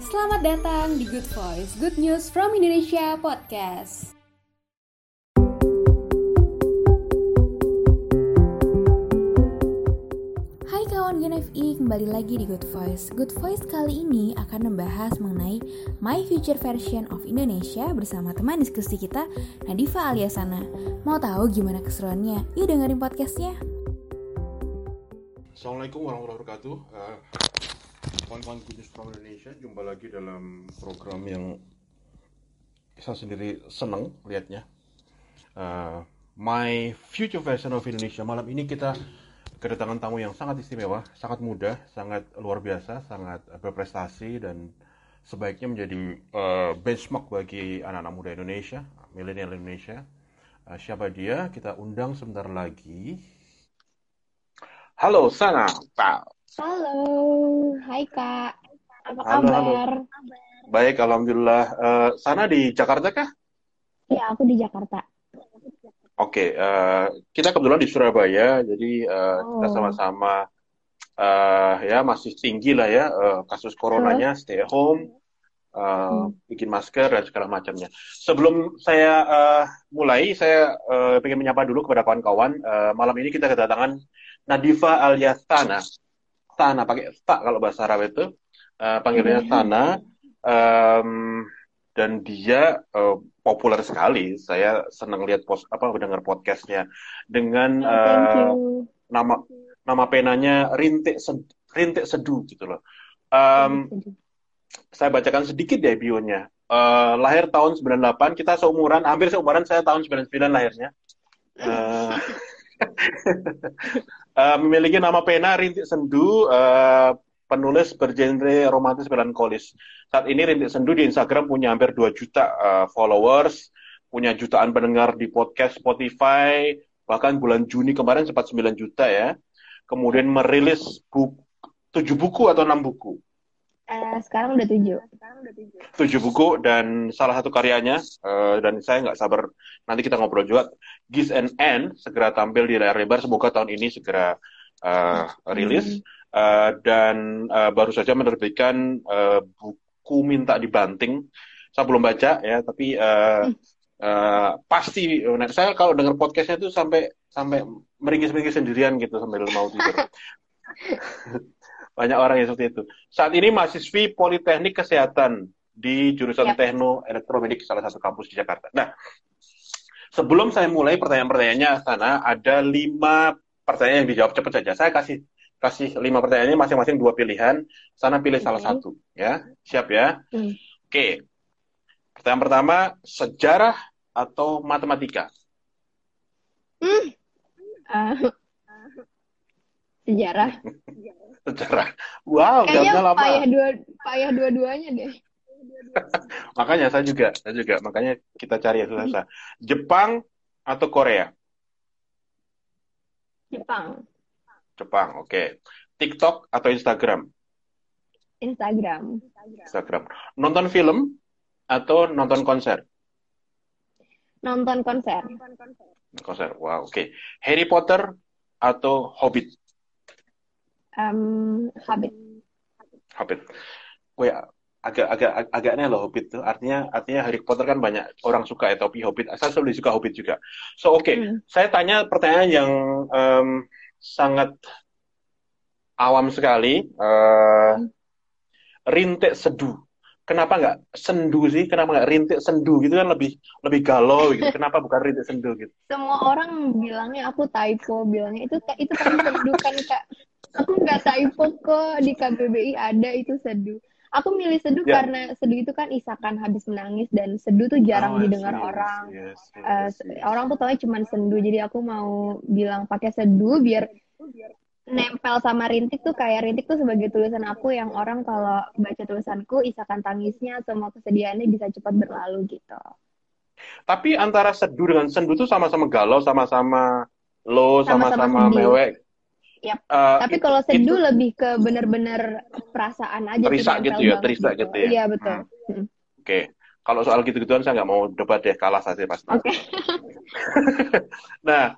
Selamat datang di Good Voice, Good News from Indonesia Podcast. Hai kawan Gen FI, kembali lagi di Good Voice. Good Voice kali ini akan membahas mengenai My Future Version of Indonesia bersama teman diskusi kita, Nadifa Aliasana. Mau tahu gimana keseruannya? Yuk dengerin podcastnya. Assalamualaikum warahmatullahi wabarakatuh. Kawan-kawan Good News from Indonesia, jumpa lagi dalam program yang saya sendiri senang lihatnya. My Future Version of Indonesia. Malam ini kita kedatangan tamu yang sangat istimewa, sangat muda, sangat luar biasa, sangat berprestasi dan sebaiknya menjadi benchmark bagi anak-anak muda Indonesia, milenial Indonesia. Siapa dia? Kita undang sebentar lagi. Halo Sana, Pak. Halo, hai Kak, apa Halo. kabar? Baik, alhamdulillah. Sana di Jakarta kah? Ya, aku di Jakarta. Oke, kita kebetulan di Surabaya, jadi kita sama-sama ya masih tinggi lah ya kasus coronanya, stay at home, bikin masker dan segala macamnya. Sebelum saya mulai, saya ingin menyapa dulu kepada kawan-kawan. Malam ini kita kedatangan Nadifa alias Sana. Sana pakai ta kalau bahasa Arab itu, panggilannya Sana, dan dia populer sekali. Saya senang lihat dengar podcastnya dengan nama penanya Rintik Seduh gitu loh. Saya bacakan sedikit ya bio-nya. Lahir tahun 98, kita seumuran, hampir seumuran, saya tahun 99 lahirnya. Memiliki nama pena Rintik Sendu, penulis bergenre romantis melankolis. Saat ini Rintik Sendu di Instagram punya hampir 2 juta followers, punya jutaan pendengar di podcast Spotify, bahkan bulan Juni kemarin sempat 9 juta ya. Kemudian merilis 7 buku atau 6 buku. Sekarang udah 7 buku, dan salah satu karyanya, dan saya nggak sabar nanti kita ngobrol juga, Gis and Ann segera tampil di layar lebar, semoga tahun ini segera rilis, dan baru saja menerbitkan buku Minta Dibanting. Saya belum baca ya, tapi pasti saya kalau dengar podcastnya itu sampai meringis-meringis sendirian gitu sambil mau tidur. Banyak orang yang seperti itu. Saat ini mahasiswi Politeknik Kesehatan di jurusan Tekno Elektronik, salah satu kampus di Jakarta. Nah, sebelum saya mulai pertanyaan-pertanyaannya Sana, ada 5 pertanyaan yang dijawab cepat saja. Saya kasih 5 pertanyaannya, masing-masing 2 pilihan. Sana pilih salah satu, ya. Siap ya? Oke. Pertanyaan pertama, sejarah atau matematika? Sejarah. Sejarah. Wow, jawabnya lama. Payah dua-duanya deh. Makanya saya juga. Makanya kita cari yang susah. Jepang atau Korea? Jepang, oke. TikTok atau Instagram? Instagram. Nonton film atau nonton konser? Nonton konser. Wow, oke. Harry Potter atau Hobbit? Hobbit. Gue agak aneh loh Hobbit tuh. Artinya Harry Potter kan banyak orang suka ya, tapi Hobbit saya selalu suka Hobbit juga. So oke. Saya tanya pertanyaan yang sangat awam sekali. Rintik Seduh. Kenapa nggak sendu sih? Kenapa nggak rintik sendu gitu kan lebih galau gitu. Kenapa bukan rintik sendu gitu? Semua orang bilangnya aku typo, bilangnya itu pasti sendu kan Kak. Aku nggak typo kok, di KBBI ada itu seduh. Aku milih seduh karena seduh itu kan isakan habis menangis, dan seduh tuh jarang didengar orang. Orang tuh taunya cuma sendu, jadi aku mau bilang pakai seduh biar nempel sama rintik tuh, kayak rintik tuh sebagai tulisan aku yang orang kalau baca tulisanku isakan tangisnya, semua kesedihannya bisa cepat berlalu gitu. Tapi antara seduh dengan sendu tuh sama-sama galau, sama-sama low, sama-sama mewek. Yap. Tapi kalau seduh lebih ke benar-benar perasaan aja. Terisak gitu ya. Iya betul. Oke. Kalau soal gitu-gituan saya nggak mau debat deh, kalah saja pasti. Oke. Nah,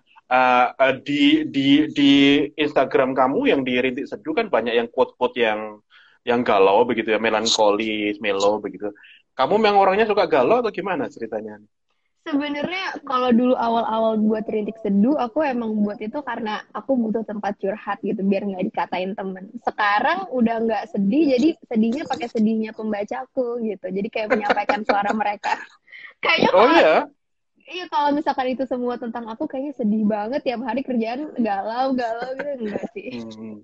di Instagram kamu yang di Rintik Seduh kan banyak yang quote-quote yang yang galau begitu ya, melankolis, melo begitu. Kamu memang orangnya suka galau atau gimana ceritanya? Sebenarnya kalau dulu awal-awal buat Rintik Seduh, aku emang buat itu karena aku butuh tempat curhat gitu, biar nggak dikatain temen. Sekarang udah nggak sedih, jadi sedihnya pakai sedihnya pembacaku gitu. Jadi kayak menyampaikan suara mereka. Kayaknya Oh kalau iya. iya kalau misalkan itu semua tentang aku, kayaknya sedih banget tiap hari kerjaan galau-galau gitu enggak sih. Hmm.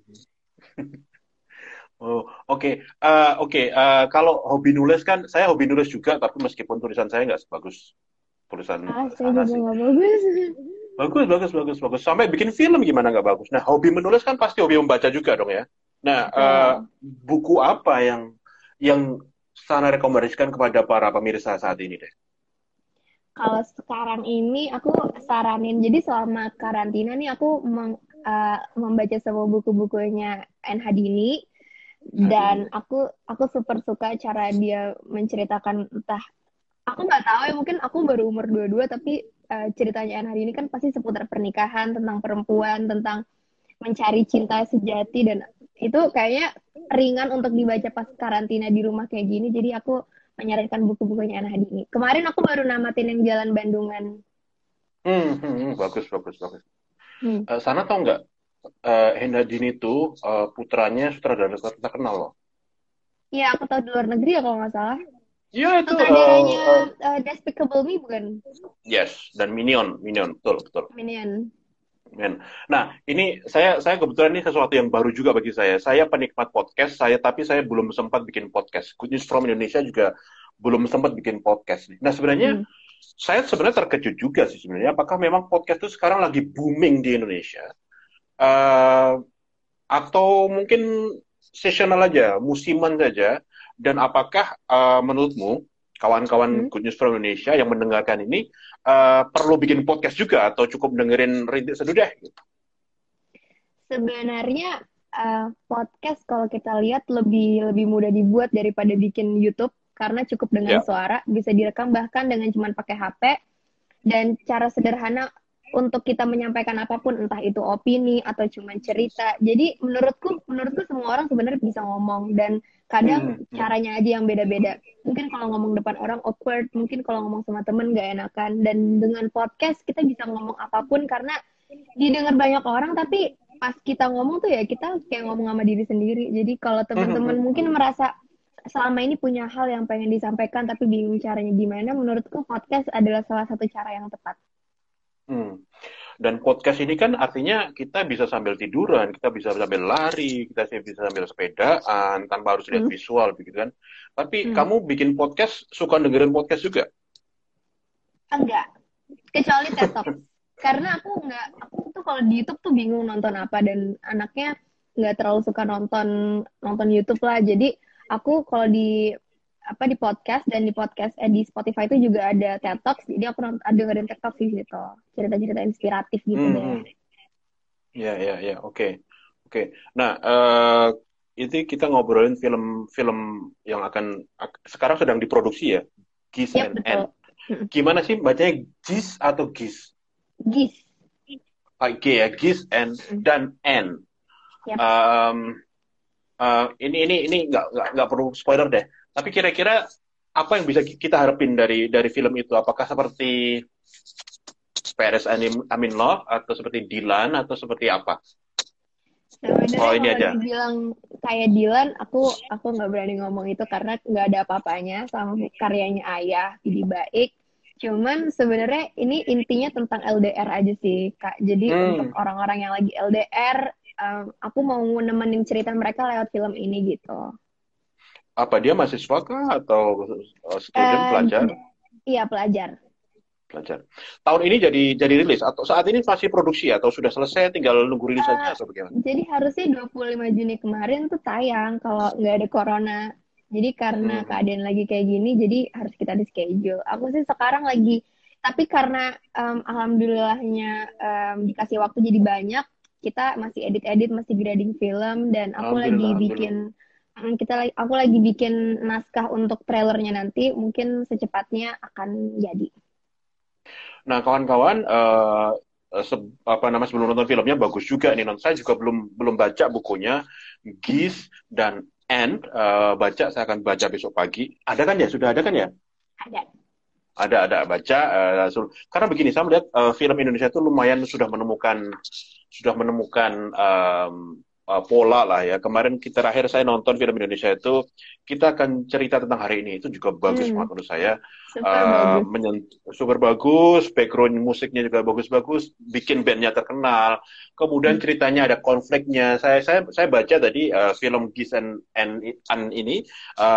Oh, oke. Oke. Kalau hobi nulis kan, saya hobi nulis juga, tapi meskipun tulisan saya nggak sebagus tulisan Ah, saya sana juga sih. nggak bagus. Bagus, bagus, bagus, bagus. Sampai bikin film gimana nggak bagus. Nah, hobi menulis kan pasti hobi membaca juga dong ya. Nah, Betul. buku apa yang Sana rekomendasikan kepada para pemirsa saat ini deh? Kalau sekarang ini aku saranin, jadi selama karantina nih aku membaca semua buku-bukunya N. Hadini, dan Hadini. aku super suka cara dia menceritakan, entah aku nggak tahu ya, mungkin aku baru umur 22 tapi ceritanya N. Hadini kan pasti seputar pernikahan, tentang perempuan, tentang mencari cinta sejati, dan itu kayaknya ringan untuk dibaca pas karantina di rumah kayak gini. Jadi aku menyarankan buku-bukunya Ana Hadini. Kemarin aku baru namatin yang Jalan Bandungan. Bagus, bagus, bagus. Hmm. Sana tahu nggak, Hendadini itu putranya sutradara terkenal loh. Iya, aku tahu di luar negeri ya kalau nggak salah. Iya itu, Sutradaranya Despicable Me bukan? yes, dan Minion, Minion, betul, betul. Minion. Men. Nah, ini saya kebetulan ini sesuatu yang baru juga bagi saya. Saya penikmat podcast, tapi saya belum sempat bikin podcast. Good News from Indonesia juga belum sempat bikin podcast nih. Nah, sebenarnya saya sebenarnya terkejut juga sih sebenarnya. Apakah memang podcast itu sekarang lagi booming di Indonesia? Eh, atau mungkin seasonal aja, musiman saja? Dan apakah menurutmu kawan-kawan Good News from Indonesia yang mendengarkan ini perlu bikin podcast juga atau cukup dengerin Rintik Seduh deh? Gitu? Sebenarnya podcast kalau kita lihat lebih mudah dibuat daripada bikin YouTube, karena cukup dengan suara, bisa direkam bahkan dengan cuma pakai HP, dan cara sederhana untuk kita menyampaikan apapun, entah itu opini atau cuma cerita. Jadi menurutku semua orang sebenarnya bisa ngomong, dan kadang caranya aja yang beda-beda. Mungkin kalau ngomong depan orang awkward, mungkin kalau ngomong sama temen gak enakan. Dan dengan podcast kita bisa ngomong apapun karena didengar banyak orang, tapi pas kita ngomong tuh ya kita kayak ngomong sama diri sendiri. Jadi kalau teman-teman mungkin merasa selama ini punya hal yang pengen disampaikan tapi bingung caranya gimana, menurutku podcast adalah salah satu cara yang tepat. Dan podcast ini kan artinya kita bisa sambil tiduran, kita bisa sambil lari, kita bisa sambil sepedaan tanpa harus lihat visual begitu kan. Tapi kamu bikin podcast, suka dengerin podcast juga? Enggak, kecuali TED Talk. Karena aku tuh kalau di YouTube tuh bingung nonton apa, dan anaknya nggak terlalu suka nonton YouTube lah. Jadi aku kalau di podcast, dan di Spotify itu juga ada TED Talks, jadi aku dengerin TED Talks gitu, cerita-cerita inspiratif gitu deh. Ya, oke. Nah, itu kita ngobrolin film-film yang sekarang sedang diproduksi ya, Gis and N. Gimana sih bacanya, Gis atau Gis? Gis. G ya, Gis dan N. Yep. Ini nggak perlu spoiler deh. Tapi kira-kira apa yang bisa kita harapin dari film itu? Apakah seperti Paris I'm in Love, atau seperti Dylan, atau seperti apa? Sebenarnya ini kalau dibilang kayak Dylan, aku nggak berani ngomong itu karena nggak ada apa-apanya sama karyanya Ayah, Idi Baik. Cuman sebenarnya ini intinya tentang LDR aja sih, Kak. Jadi untuk orang-orang yang lagi LDR, aku mau nemenin cerita mereka lewat film ini gitu. Apa dia mahasiswa kah atau student, pelajar? Iya, pelajar. Tahun ini jadi rilis atau saat ini masih produksi atau sudah selesai tinggal nunggu rilis saja atau bagaimana? Jadi harusnya 25 Juni kemarin tuh tayang kalau nggak ada corona. Jadi karena keadaan lagi kayak gini, jadi harus kita di schedule. Aku sih sekarang lagi, tapi karena alhamdulillahnya dikasih waktu jadi banyak, kita masih edit-edit, masih grading film, dan aku lagi bikin naskah untuk trailernya nanti, mungkin secepatnya akan jadi. Nah, kawan-kawan, sebelum nonton filmnya bagus juga nih. Saya juga belum baca bukunya Gis dan baca saya akan baca besok pagi. Ada kan ya? Sudah ada kan ya? Ada. Ada baca. Karena begini, saya melihat film Indonesia itu lumayan sudah menemukan pola lah ya. Kemarin terakhir saya nonton film Indonesia itu, kita akan cerita tentang hari ini. Itu juga bagus banget menurut saya. Super bagus. Super bagus, background musiknya juga bagus-bagus, bikin bandnya terkenal. Kemudian ceritanya ada konfliknya. Saya baca tadi film Gis and ini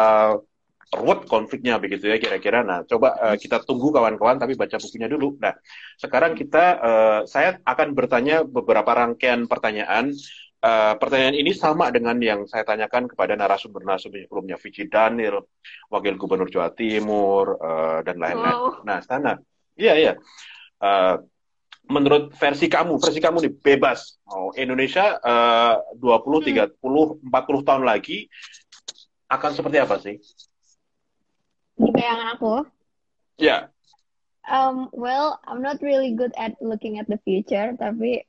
ruwet konfliknya begitu ya kira-kira. Nah, coba kita tunggu kawan-kawan, tapi baca bukunya dulu. Nah, sekarang saya akan bertanya beberapa rangkaian pertanyaan. Pertanyaan ini sama dengan yang saya tanyakan kepada narasumber-narasumber sebelumnya, Vici Daniel, Wakil Gubernur Jawa Timur, dan lain-lain. Wow. Nah, sana. Iya. Menurut versi kamu nih bebas. Indonesia 20, 30, 40 tahun lagi akan seperti apa sih? Di bayangan aku, Ya. well, I'm not really good at looking at the future, tapi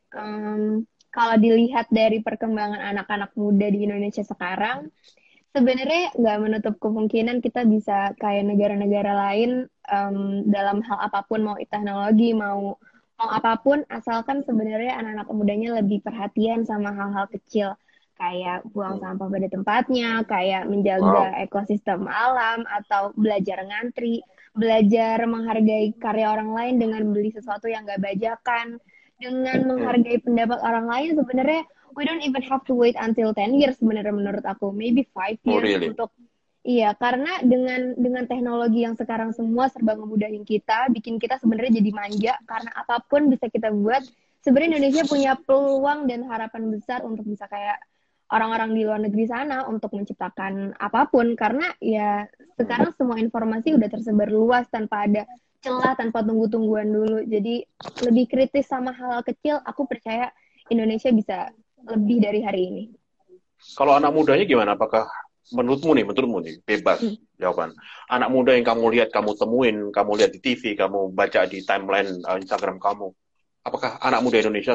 kalau dilihat dari perkembangan anak-anak muda di Indonesia sekarang, sebenarnya nggak menutup kemungkinan kita bisa kayak negara-negara lain dalam hal apapun, mau teknologi, mau apapun, asalkan sebenarnya anak-anak mudanya lebih perhatian sama hal-hal kecil, kayak buang sampah pada tempatnya, kayak menjaga ekosistem alam, atau belajar ngantri, belajar menghargai karya orang lain dengan beli sesuatu yang nggak bajakan, dengan menghargai pendapat orang lain. Sebenarnya we don't even have to wait until 10 years sebenarnya menurut aku, maybe 5 years Really? untuk karena dengan teknologi yang sekarang semua serba ngemudahin kita, bikin kita sebenarnya jadi manja karena apapun bisa kita buat. Sebenarnya Indonesia punya peluang dan harapan besar untuk bisa kayak orang-orang di luar negeri sana untuk menciptakan apapun, karena ya sekarang semua informasi udah tersebar luas tanpa ada celah, tanpa tunggu-tungguan dulu. Jadi lebih kritis sama hal kecil, aku percaya Indonesia bisa lebih dari hari ini. Kalau anak mudanya gimana? Apakah menurutmu nih, bebas jawaban. Anak muda yang kamu lihat, kamu temuin, kamu lihat di TV, kamu baca di timeline Instagram kamu, apakah anak muda Indonesia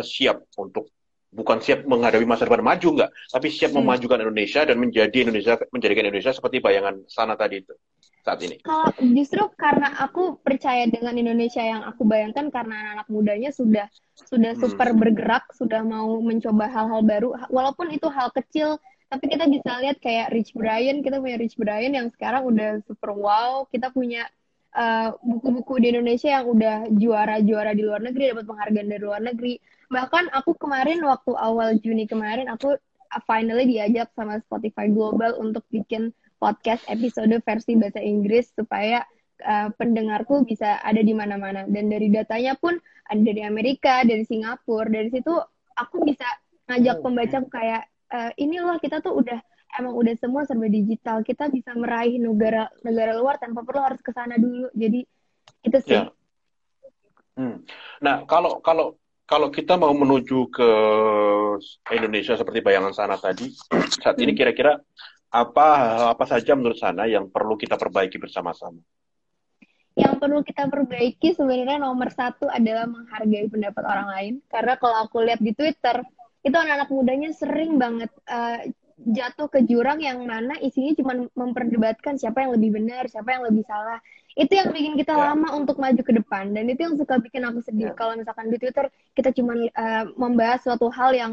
bukan siap menghadapi masa depan maju nggak, tapi siap memajukan Indonesia dan menjadikan Indonesia seperti bayangan sana tadi itu saat ini? Kalau justru karena aku percaya dengan Indonesia yang aku bayangkan, karena anak-anak mudanya sudah super bergerak, sudah mau mencoba hal-hal baru, walaupun itu hal kecil, tapi kita bisa lihat kayak kita punya Rich Brian yang sekarang udah super wow, kita punya buku-buku di Indonesia yang udah juara-juara di luar negeri, dapat penghargaan dari luar negeri. Bahkan aku kemarin waktu awal Juni kemarin, aku finally diajak sama Spotify Global untuk bikin podcast episode versi bahasa Inggris supaya pendengarku bisa ada di mana-mana. Dan dari datanya pun ada dari Amerika, dari Singapura. Dari situ aku bisa ngajak pembaca kayak ini loh, kita tuh emang udah semua serba digital. Kita bisa meraih negara luar tanpa perlu harus ke sana dulu. Jadi itu sih. Ya. Nah, kalau kita mau menuju ke Indonesia seperti bayangan sana tadi, saat ini kira-kira apa saja menurut sana yang perlu kita perbaiki bersama-sama? Yang perlu kita perbaiki sebenarnya nomor satu adalah menghargai pendapat orang lain. Karena kalau aku lihat di Twitter, itu anak-anak mudanya sering banget jatuh ke jurang yang mana isinya cuma memperdebatkan siapa yang lebih benar, siapa yang lebih salah. Itu yang bikin kita lama untuk maju ke depan, dan itu yang suka bikin aku sedih. Kalau misalkan di Twitter kita cuma membahas suatu hal yang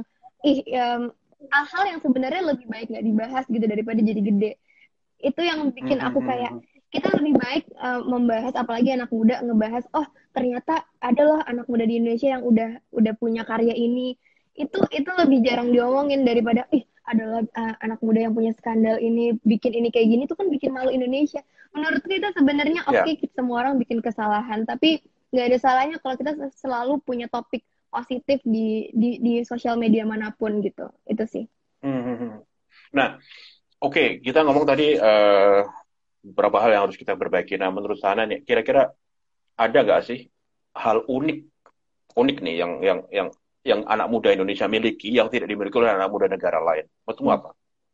hal yang sebenarnya lebih baik nggak dibahas gitu daripada jadi gede. Itu yang bikin aku kayak kita lebih baik membahas, apalagi anak muda ngebahas, oh ternyata adalah anak muda di Indonesia yang udah punya karya ini. Itu lebih jarang diomongin daripada adalah anak muda yang punya skandal ini, bikin ini kayak gini, tuh kan bikin malu Indonesia. Menurut kita sebenarnya semua orang bikin kesalahan, tapi nggak ada salahnya kalau kita selalu punya topik positif di sosial media manapun gitu. Itu sih. Nah, oke, kita ngomong tadi beberapa hal yang harus kita perbaiki. Nah, menurut sana nih, kira-kira ada nggak sih hal unik nih yang anak muda Indonesia miliki yang tidak dimiliki oleh anak muda negara lain? Menurutmu apa?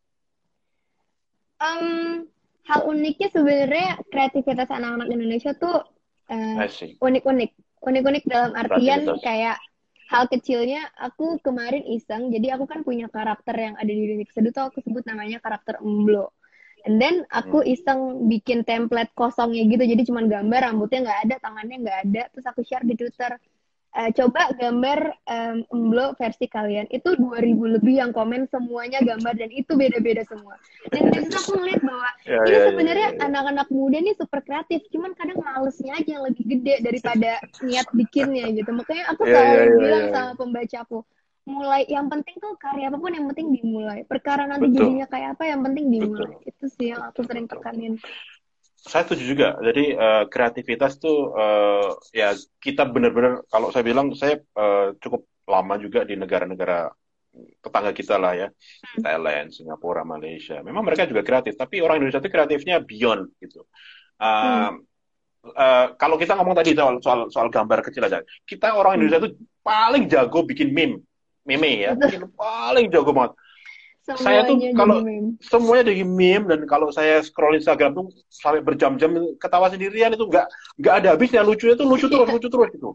Hal uniknya sebenarnya kreativitas anak-anak Indonesia tuh unik-unik dalam artian kayak hal kecilnya aku kemarin iseng, jadi aku kan punya karakter yang ada di Lirik Seduh tuh aku sebut namanya karakter Emblo. And then aku iseng bikin template kosongnya gitu, jadi cuman gambar, rambutnya nggak ada, tangannya nggak ada, terus aku share di Twitter. Coba gambar Emblo versi kalian. Itu 2000 lebih yang komen, semuanya gambar dan itu beda-beda semua. Dan dari situ aku ngeliat bahwa ini sebenarnya anak-anak muda nih super kreatif, cuman kadang malesnya aja yang lebih gede daripada niat bikinnya gitu. Makanya aku selalu bilang sama pembacaku, mulai, yang penting tuh karya apapun yang penting dimulai. Perkara nanti jadinya kayak apa yang penting dimulai. Itu sih yang aku sering tekanin. Saya setuju juga. Jadi kreativitas tuh ya kita benar-benar, kalau saya bilang saya cukup lama juga di negara-negara tetangga kita lah ya, Thailand, Singapura, Malaysia. Memang mereka juga kreatif, tapi orang Indonesia itu kreatifnya beyond gitu. Kalau kita ngomong tadi soal gambar kecil aja, kita orang Indonesia itu paling jago bikin meme ya, paling jago banget. Saya tuh kalau semuanya jadi meme, dan kalau saya scroll Instagram tuh sampai berjam-jam ketawa sendirian, itu nggak ada habisnya, lucunya tuh lucu terus gitu.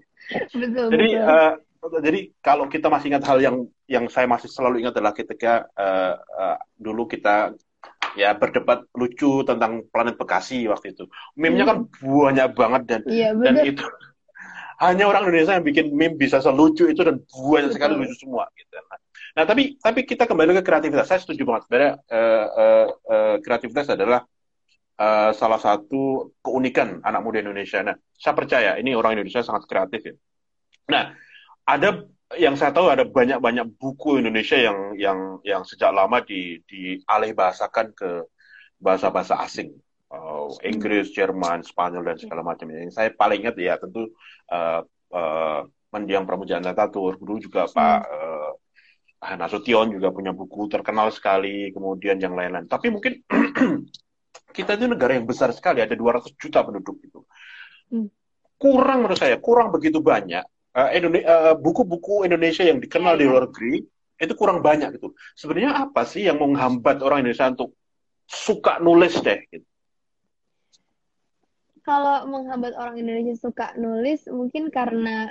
Jadi kalau kita masih ingat hal yang saya masih selalu ingat adalah ketika dulu kita ya berdebat lucu tentang planet Bekasi waktu itu. Meme-nya kan banyak banget dan itu hanya orang Indonesia yang bikin meme bisa selucu itu dan banyak sekali lucu semua gitu. Nah, tapi kita kembali ke kreativitas. Saya setuju banget. Sebenarnya kreativitas adalah salah satu keunikan anak muda Indonesia. Nah, saya percaya ini orang Indonesia sangat kreatif ya. Nah, ada yang saya tahu ada banyak buku Indonesia yang sejak lama dialih bahasakan ke bahasa-bahasa asing. Inggris, Jerman, Spanyol dan segala macam. Yang saya paling ingat ya tentu Mendiang Pramujaan Latatur, dulu juga Pak Nasution juga punya buku terkenal sekali, kemudian yang lain-lain. Tapi mungkin kita itu negara yang besar sekali, ada 200 juta penduduk itu. Kurang menurut saya, kurang begitu banyak buku-buku Indonesia yang dikenal di luar negeri, itu kurang banyak gitu. Sebenarnya apa sih yang menghambat orang Indonesia untuk suka nulis deh gitu? Kalau menghambat orang Indonesia suka nulis, mungkin karena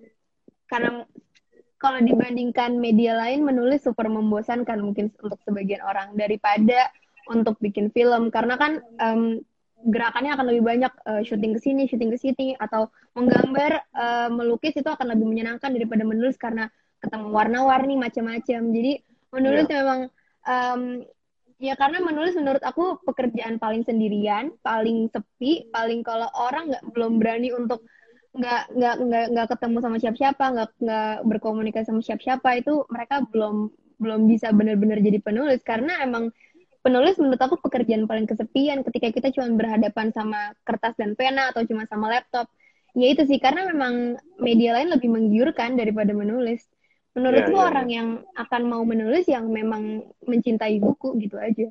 kalau dibandingkan media lain, menulis super membosankan mungkin untuk sebagian orang daripada untuk bikin film. Karena kan gerakannya akan lebih banyak, syuting ke sini, atau menggambar, melukis itu akan lebih menyenangkan daripada menulis karena ketemu warna-warni macam-macam. Jadi menulis memang ya karena menulis menurut aku pekerjaan paling sendirian, paling sepi, paling kalau orang belum berani untuk nggak ketemu sama siapa-siapa, nggak berkomunikasi sama siapa-siapa, itu mereka belum bisa benar-benar jadi penulis. Karena emang penulis menurut aku pekerjaan paling kesepian ketika kita cuma berhadapan sama kertas dan pena atau cuma sama laptop. Ya itu sih, karena memang media lain lebih menggiurkan daripada menulis. Menurutku orang yang akan mau menulis yang memang mencintai buku gitu aja.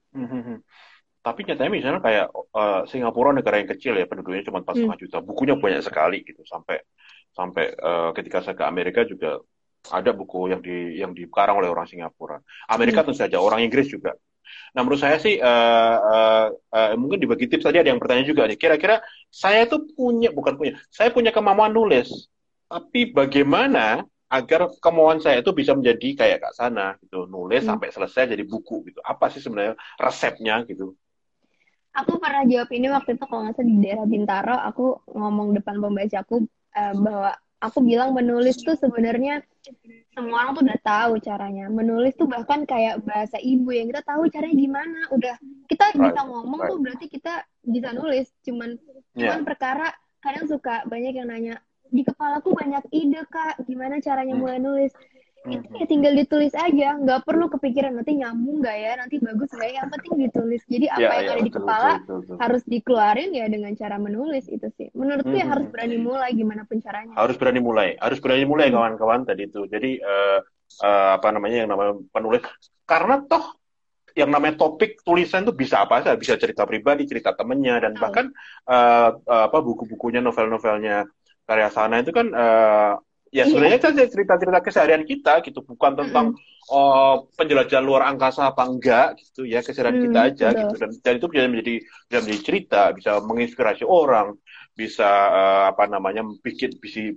Tapi nyatanya misalnya kayak Singapura, negara yang kecil ya, penduduknya cuma 4,5 juta, bukunya banyak sekali gitu. Sampai ketika saya ke Amerika juga ada buku yang dikarang oleh orang Singapura. Amerika tentu saja, orang Inggris juga. Nah, menurut saya sih mungkin dibagi tips. Tadi ada yang bertanya juga nih, kira-kira saya tuh saya punya kemampuan nulis, tapi bagaimana agar kemauan saya itu bisa menjadi kayak Kak Sana gitu, nulis sampai selesai jadi buku gitu. Apa sih sebenarnya resepnya gitu? Aku pernah jawab ini waktu itu kalau nggak salah di daerah Bintaro. Aku ngomong depan pembacaku bahwa aku bilang menulis tuh sebenarnya semua orang tuh udah tahu caranya. Menulis tuh bahkan kayak bahasa ibu yang kita tahu caranya gimana. Udah kita bisa ngomong tuh berarti kita bisa nulis. Cuman perkara kadang suka banyak yang nanya, di kepalaku banyak ide Kak, gimana caranya mulai nulis? Itu ya tinggal ditulis aja, nggak perlu kepikiran nanti nyambung nggak ya, nanti bagus nggak ya, yang penting ditulis. Jadi apa yang ada di kepala harus dikeluarin ya dengan cara menulis. Itu sih menurutku ya harus berani mulai gimana pun caranya. Harus berani mulai kawan-kawan tadi itu. Jadi apa namanya, yang namanya penulis, karena toh yang namanya topik tulisan itu bisa apa saja, bisa cerita pribadi, cerita temennya, dan bahkan buku-bukunya, novel-novelnya Karya Sana itu kan ya sebenarnya kan cerita-cerita keseharian kita gitu, bukan tentang penjelajahan luar angkasa apa enggak gitu ya, keseharian kita aja gitu, dan itu bisa menjadi cerita, bisa menginspirasi orang, bisa bikin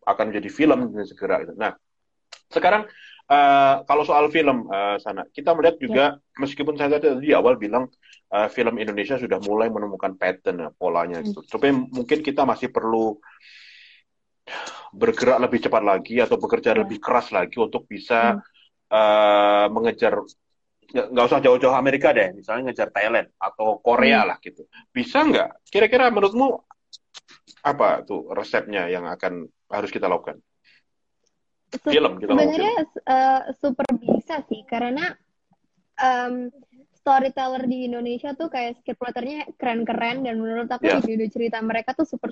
akan menjadi film dengan segera gitu. Nah, sekarang kalau soal film Sana, kita melihat juga meskipun saya tadi di awal bilang film Indonesia sudah mulai menemukan pattern polanya gitu. Tapi mungkin kita masih perlu bergerak lebih cepat lagi atau bekerja lebih keras lagi untuk bisa mengejar, nggak usah jauh-jauh Amerika deh, misalnya ngejar Thailand atau Korea lah gitu. Bisa nggak? Kira-kira menurutmu apa tuh resepnya yang harus kita lakukan? Film kita sebenarnya super bisa sih, karena storyteller di Indonesia tuh kayak scriptwriternya keren-keren, dan menurut aku ide-ide cerita mereka tuh super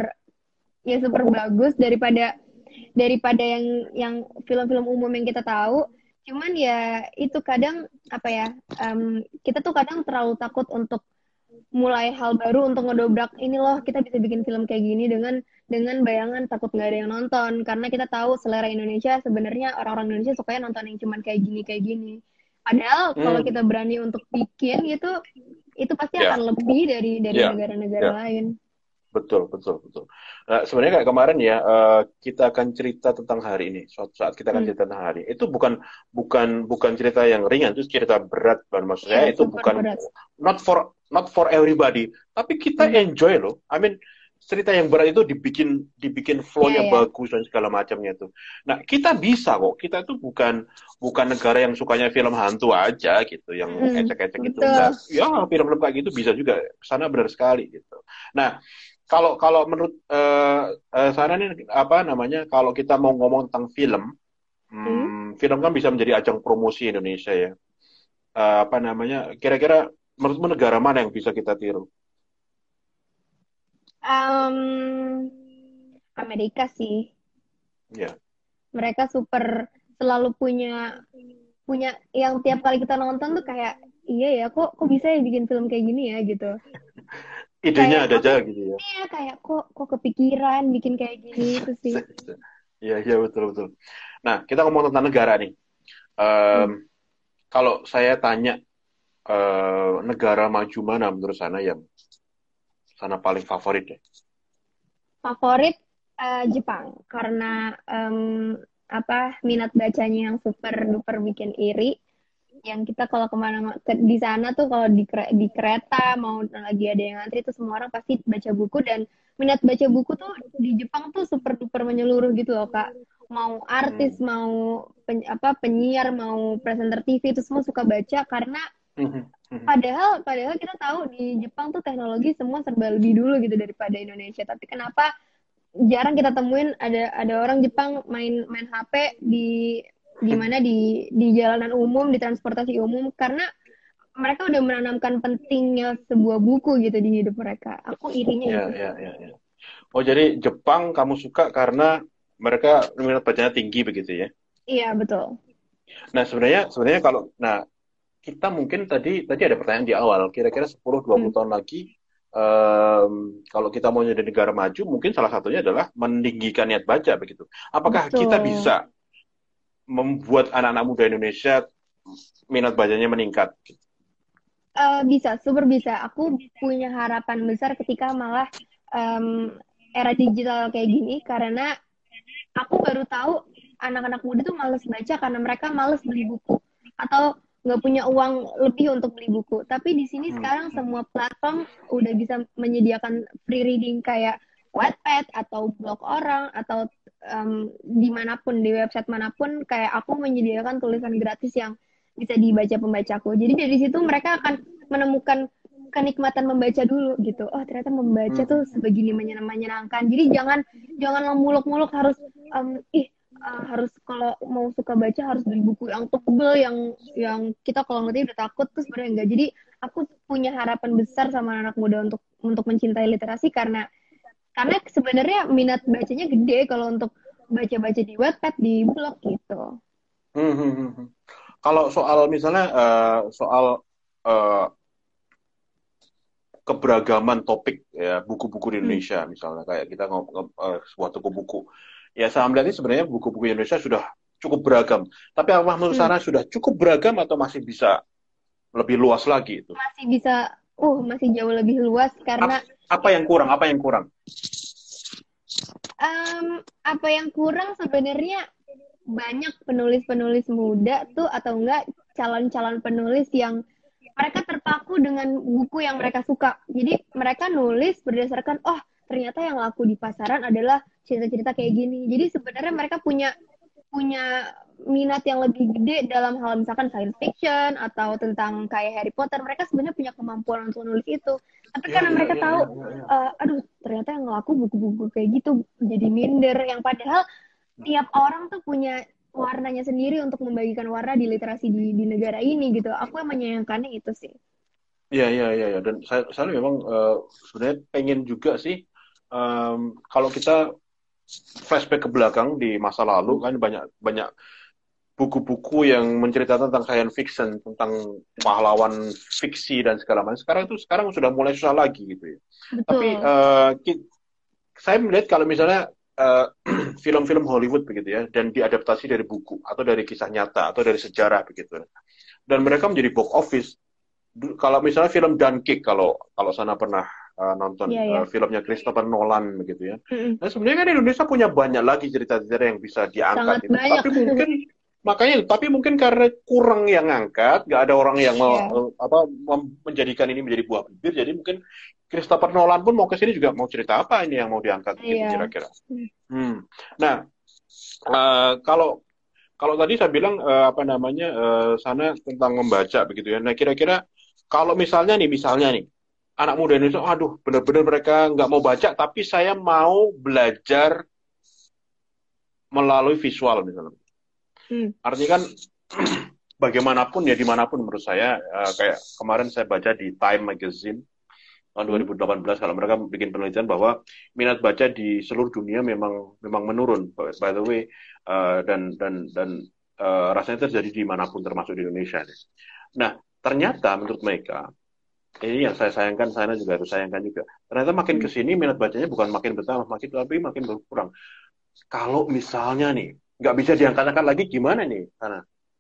bagus daripada yang film-film umum yang kita tahu. Cuman ya itu kadang kita tuh kadang terlalu takut untuk mulai hal baru, untuk ngedobrak ini loh kita bisa bikin film kayak gini dengan bayangan takut nggak ada yang nonton, karena kita tahu selera Indonesia sebenarnya orang-orang Indonesia sukanya nonton yang cuman kayak gini. Padahal kalau kita berani untuk bikin gitu, itu pasti akan lebih dari negara-negara lain. Betul. Nah, sebenarnya kayak kemarin ya, kita akan cerita tentang hari ini. Suatu saat kita akan cerita tentang hari. Itu bukan cerita yang ringan, itu cerita berat. Maksud saya itu bukan berat. Not for everybody. Tapi kita enjoy loh. I mean, cerita yang berat itu dibikin flow-nya bagus dan segala macamnya itu. Nah, kita bisa kok. Kita itu bukan negara yang sukanya film hantu aja gitu, yang ecek-ecek gitu. Nah, ya film-film kayak gitu bisa juga. Sana benar sekali gitu. Nah, kalau menurut Sana nih kalau kita mau ngomong tentang film, film kan bisa menjadi ajang promosi Indonesia ya. Kira-kira menurutmu negara mana yang bisa kita tiru? Amerika sih. Ya. Mereka selalu punya yang tiap kali kita nonton tuh kayak iya ya, kok bisa ya bikin film kayak gini ya gitu. Idenya ada aja gitu ya. Iya, kayak kok kepikiran bikin kayak gini itu sih. Iya betul. Nah, kita ngomong tentang negara nih. Kalau saya tanya negara maju mana menurut Sana yang Sana paling favorit deh? Favorit Jepang, karena minat bacanya yang super duper bikin iri. Yang kita kalau kemana di sana tuh, kalau di kereta mau lagi ada yang ngantri tuh semua orang pasti baca buku, dan minat baca buku tuh di Jepang tuh super duper menyeluruh gitu loh Kak. Mau artis, mau penyiar, mau presenter TV itu semua suka baca, karena padahal kita tahu di Jepang tuh teknologi semua serba lebih dulu gitu daripada Indonesia. Tapi kenapa jarang kita temuin ada orang Jepang main HP di jalanan umum, di transportasi umum, karena mereka udah menanamkan pentingnya sebuah buku gitu di hidup mereka. Aku irinya gitu. Ya. Oh, jadi Jepang kamu suka karena mereka minat bacanya tinggi begitu ya? Iya, betul. Nah, sebenarnya kalau kita mungkin tadi ada pertanyaan di awal, kira-kira 10-20 tahun lagi kalau kita mau jadi negara maju, mungkin salah satunya adalah meninggikan niat baca begitu. Apakah kita bisa membuat anak-anak muda Indonesia minat bacanya meningkat? Bisa, super bisa. Aku punya harapan besar ketika malah era digital kayak gini, karena aku baru tahu anak-anak muda tuh males baca karena mereka males beli buku atau nggak punya uang lebih untuk beli buku. Tapi di sini sekarang semua platform udah bisa menyediakan free reading kayak Wattpad atau blog orang atau dimanapun, di website manapun, kayak aku menyediakan tulisan gratis yang bisa dibaca pembacaku. Jadi dari situ mereka akan menemukan kenikmatan membaca dulu gitu. Oh, ternyata membaca tuh sebegini menyenangkan. Jadi jangan muluk-muluk harus harus kalau mau suka baca harus beli buku yang tebel, yang kita kalau ngerti udah takut, terus sebenarnya enggak. Jadi aku punya harapan besar sama anak muda untuk mencintai literasi, karena sebenarnya minat bacanya gede kalau untuk baca-baca di Wattpad, di blog gitu. Kalau soal misalnya keberagaman topik ya, buku-buku di Indonesia misalnya, kayak kita sebuah toko buku. Ya, saya melihat ini sebenarnya buku-buku Indonesia sudah cukup beragam. Tapi apa menurut Sarah sudah cukup beragam atau masih bisa lebih luas lagi itu? Masih bisa, masih jauh lebih luas, karena apa yang kurang? Apa yang kurang sebenarnya banyak penulis-penulis muda tuh atau enggak calon-calon penulis yang mereka terpaku dengan buku yang mereka suka. Jadi mereka nulis berdasarkan ternyata yang laku di pasaran adalah cerita-cerita kayak gini. Jadi sebenarnya mereka punya punya minat yang lebih gede dalam hal misalkan science fiction atau tentang kayak Harry Potter. Mereka sebenarnya punya kemampuan untuk nulis itu. Tapi Iya, karena iya, mereka iya, tahu, iya, iya, iya. aduh ternyata yang laku buku-buku kayak gitu jadi minder. Yang padahal tiap orang tuh punya warnanya sendiri untuk membagikan warna di literasi di negara ini gitu. Aku yang menyayangkannya itu sih. Iya, iya, iya, iya. Dan saya memang sebenarnya pengen juga sih kalau kita flashback ke belakang di masa lalu kan banyak banyak buku-buku yang menceritakan tentang science fiction, tentang pahlawan fiksi dan segala macam. Sekarang sudah mulai susah lagi gitu ya. Tapi Betul. saya melihat kalau misalnya film-film Hollywood begitu ya, dan diadaptasi dari buku atau dari kisah nyata atau dari sejarah begitu, dan mereka menjadi box office. Kalau misalnya film Dunkirk, kalau sana pernah nonton Iya, ya. filmnya Christopher Nolan begitu ya. Mm-mm. Nah sebenarnya kan Indonesia punya banyak lagi cerita-cerita yang bisa diangkat Sangat itu. banyak. Tapi mungkin karena kurang yang angkat, nggak ada orang yang mau Iya. menjadikan ini menjadi buah bibir. Jadi mungkin Christopher Nolan pun mau ke sini juga mau cerita apa ini yang mau diangkat gitu Iya. kira-kira. Nah, kalau kalau tadi saya bilang sana tentang membaca begitu ya. Nah kira-kira kalau misalnya nih anak muda Indonesia, aduh benar-benar mereka nggak mau baca, tapi saya mau belajar melalui visual misalnya. Artinya kan bagaimanapun ya dimanapun menurut saya kayak kemarin saya baca di Time Magazine tahun 2018 kalau mereka bikin penelitian bahwa minat baca di seluruh dunia memang menurun by the way dan rasanya terjadi dimanapun termasuk di Indonesia. Nah ternyata menurut mereka ini yang saya sayangkan, saya juga harus sayangkan juga. Ternyata makin kesini minat bacanya bukan makin bertambah, makin berkurang. Kalau misalnya nih nggak bisa diangkat-angkat lagi gimana nih Hana?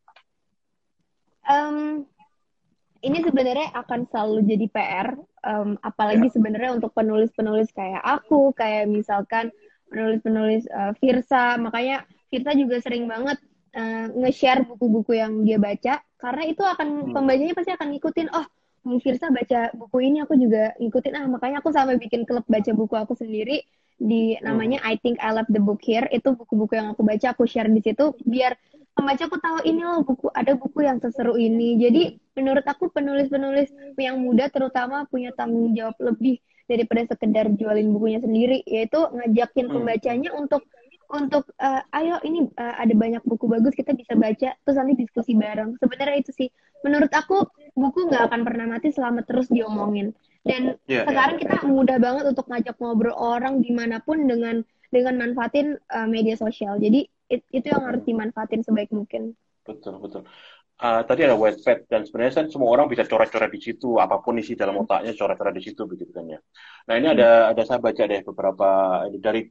Ini sebenarnya akan selalu jadi PR, apalagi sebenarnya untuk penulis-penulis kayak aku, kayak misalkan penulis-penulis Firsa. Makanya Firsa juga sering banget nge-share buku-buku yang dia baca, karena itu akan pembacanya pasti akan ngikutin. Oh, Firsa baca buku ini, aku juga ngikutin. Makanya aku sampai bikin klub baca buku aku sendiri di namanya I Think I Love the Book Here. Itu buku-buku yang aku baca, aku share di situ biar pembacaku tahu ini loh ada buku yang seseru ini. Jadi menurut aku penulis-penulis yang muda terutama punya tanggung jawab lebih daripada sekedar jualin bukunya sendiri, yaitu ngajakin pembacanya untuk ayo ini ada banyak buku bagus kita bisa baca terus nanti diskusi bareng. Sebenarnya itu sih menurut aku buku nggak akan pernah mati selama terus diomongin. Dan sekarang kita mudah banget untuk ngajak ngobrol orang dimanapun dengan manfaatin media sosial. Jadi itu yang harus dimanfaatin sebaik mungkin. Betul. Tadi ada Wattpad dan sebenarnya kan semua orang bisa coret-coret di situ, apapun isi dalam otaknya coret-coret di situ begitu kan ya. Nah ini ada saya baca deh beberapa ini dari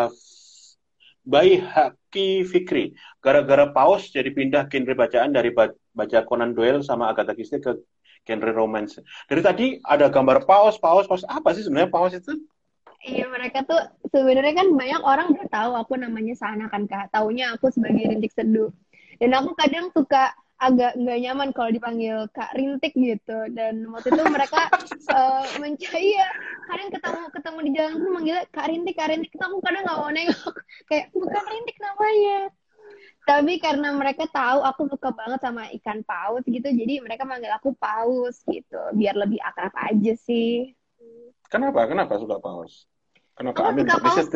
Bayi Haki Fikri. Gara-gara paus jadi pindah genre bacaan dari baca Conan Doyle sama Agatha Christie ke genre romance. Dari tadi ada gambar paus apa sih sebenarnya paus itu? Iya, mereka tuh sebenarnya kan banyak orang nggak tahu aku namanya Sana kan Kak. Taunya aku sebagai Rintik Seduh. Dan aku kadang suka agak nggak nyaman kalau dipanggil Kak Rintik gitu. Dan waktu itu mereka mencari ya, kadang ketemu di jalan tuh manggilnya Kak Rintik. Itu aku kadang nggak mau nengok. Kayak bukan Rintik namanya. Tapi karena mereka tahu aku suka banget sama ikan paus gitu, jadi mereka manggil aku Paus gitu. Biar lebih akrab aja sih. Kenapa suka paus? Kenapa? Aku suka paus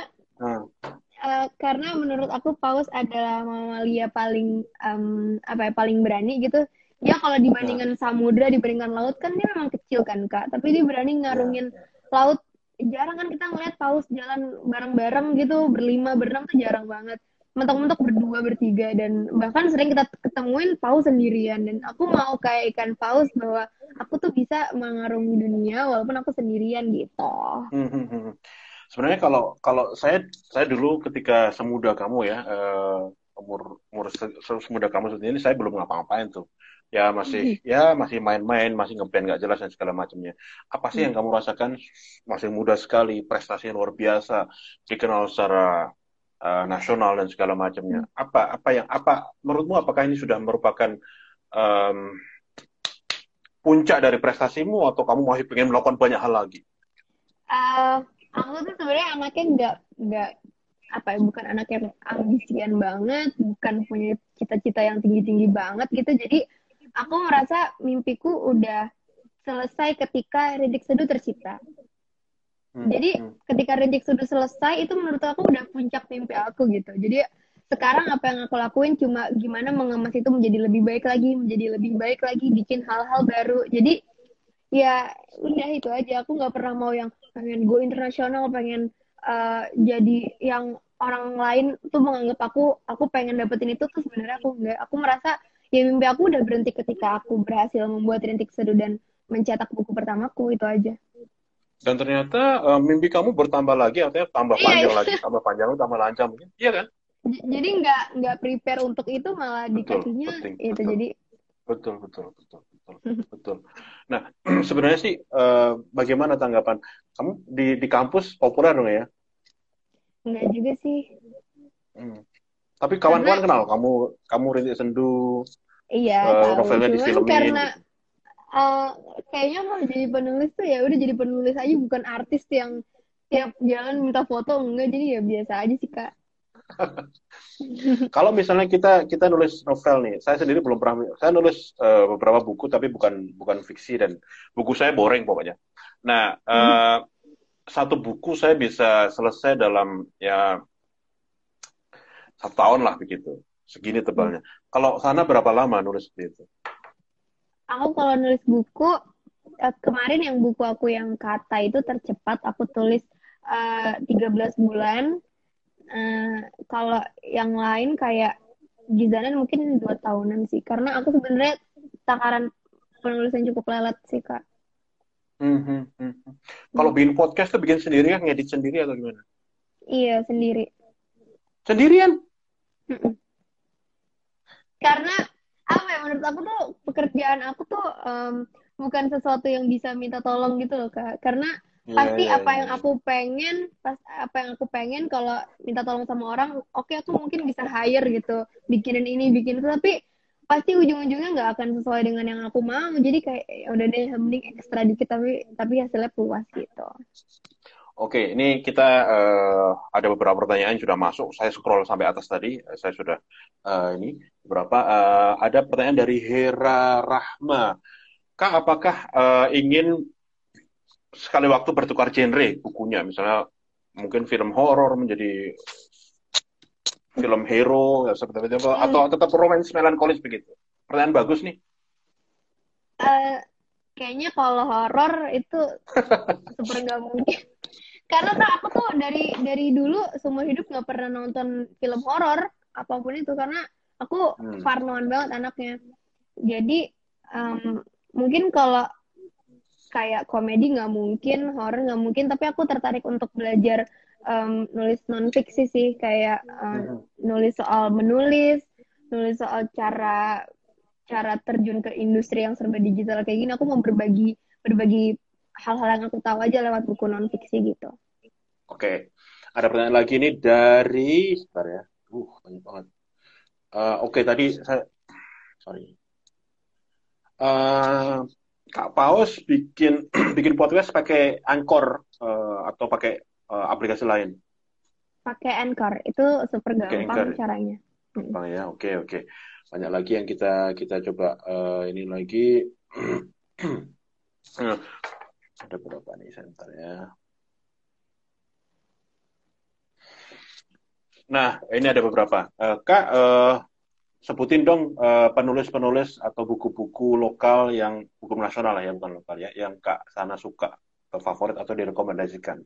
karena menurut aku paus adalah mamalia paling paling berani gitu. Ya kalau dibandingkan samudra, dibandingkan laut kan dia memang kecil kan Kak. Tapi dia berani ngarungin laut. Jarang kan kita ngeliat paus jalan bareng-bareng gitu, berlima, berenam tuh jarang banget. Mentok-mentok berdua, bertiga, dan bahkan sering kita ketemuin paus sendirian. Dan aku mau kayak ikan paus bahwa aku tuh bisa mengarungi dunia walaupun aku sendirian gitu. Sebenarnya kalau saya dulu ketika semuda kamu ya umur semuda kamu seperti ini saya belum ngapa-ngapain tuh. masih main-main, masih ngeband nggak jelas dan segala macamnya. Apa sih yang kamu rasakan? Masih muda sekali, prestasi luar biasa, dikenal secara nasional dan segala macamnya. Apa menurutmu apakah ini sudah merupakan em, puncak dari prestasimu atau kamu masih pengen melakukan banyak hal lagi? Aku tuh sebenarnya anaknya nggak apa ya, bukan anak yang ambisian banget, bukan punya cita-cita yang tinggi-tinggi banget gitu. Jadi aku merasa mimpiku udah selesai ketika Rintik Seduh tercipta. Jadi ketika Rintik Seduh selesai itu menurut aku udah puncak mimpi aku gitu. Jadi sekarang apa yang aku lakuin cuma gimana mengemas itu menjadi lebih baik lagi, bikin hal-hal baru. Jadi ya udah itu aja. Aku nggak pernah mau yang pengen go internasional, pengen jadi yang orang lain tuh menganggap aku pengen dapetin itu tuh sebenarnya aku nggak. Aku merasa ya mimpi aku udah berhenti ketika aku berhasil membuat Rintik Seduh dan mencetak buku pertamaku, itu aja. Dan ternyata mimpi kamu bertambah lagi, artinya tambah panjang lagi, tambah panjang, tambah lancar mungkin. Iya kan? Jadi nggak prepare untuk itu malah dikasihnya itu. Betul. Jadi betul. Nah, sebenarnya sih bagaimana tanggapan kamu di kampus populer dong ya? Enggak juga sih. Tapi kawan-kawan kenal kamu Rintik Sendu, iya, novelnya cuman difilmin karena gitu. kayaknya kalau jadi penulis tuh ya udah jadi penulis aja, bukan artis yang tiap jalan minta foto, enggak. Jadi ya biasa aja sih, Kak. Kalau misalnya kita nulis novel nih, saya sendiri belum pernah. Saya nulis beberapa buku tapi bukan fiksi dan buku saya boring pokoknya. Nah, satu buku saya bisa selesai dalam ya 1 tahun lah begitu, segini tebalnya. Kalau sana berapa lama nulis seperti itu? Aku kalau nulis buku kemarin yang buku aku yang kata itu tercepat aku tulis 13 bulan. Kalau yang lain kayak Gizanan mungkin 2 tahunan sih. Karena aku sebenarnya takaran penulisan cukup lelet sih, Kak. Kalau bikin podcast tuh bikin sendiri kan, ngedit sendiri atau gimana? Iya, sendiri. Sendirian? Karena apa ya, menurut aku tuh pekerjaan aku tuh bukan sesuatu yang bisa minta tolong gitu loh, Kak. Karena pasti apa yang aku pengen kalau minta tolong sama orang, oke, aku mungkin bisa hire gitu, bikinin ini bikin itu, tapi pasti ujung-ujungnya nggak akan sesuai dengan yang aku mau. Jadi kayak ya udah deh, mending ekstra dikit tapi hasilnya puas gitu. Oke, ini kita ada beberapa pertanyaan yang sudah masuk. Saya scroll sampai atas tadi. Saya sudah ini beberapa. Ada pertanyaan dari Hera Rahma. Kak, apakah ingin sekali waktu bertukar genre bukunya? Misalnya mungkin film horor menjadi film hero, ya, seperti itu, atau tetap romance melankolis begitu? Pertanyaan bagus nih. Kayaknya kalau horor itu super nggak mungkin. Karena aku tuh dari dulu seumur hidup nggak pernah nonton film horor apapun itu, karena aku parnoan banget anaknya. Jadi mungkin kalau kayak komedi nggak mungkin, horor nggak mungkin, tapi aku tertarik untuk belajar nulis non fiksi sih, kayak nulis soal menulis, nulis soal cara terjun ke industri yang serba digital kayak gini. Aku mau berbagi hal-hal yang aku tahu aja lewat buku non fiksi gitu. Oke. Ada pertanyaan lagi nih dari sebentar ya. Banyak banget. Oke, tadi saya sorry. Kak Paus bikin podcast pakai Anchor atau pakai aplikasi lain? Pakai Anchor, itu super gampang caranya. Gampang ya, oke. Banyak lagi yang kita coba ini lagi. Ada berapa nih sebentar ya. Nah, ini ada beberapa. Kak, sebutin dong penulis-penulis atau buku-buku lokal yang buku nasional lah ya, bukan lokal ya, yang Kak sana suka, favorit atau direkomendasikan.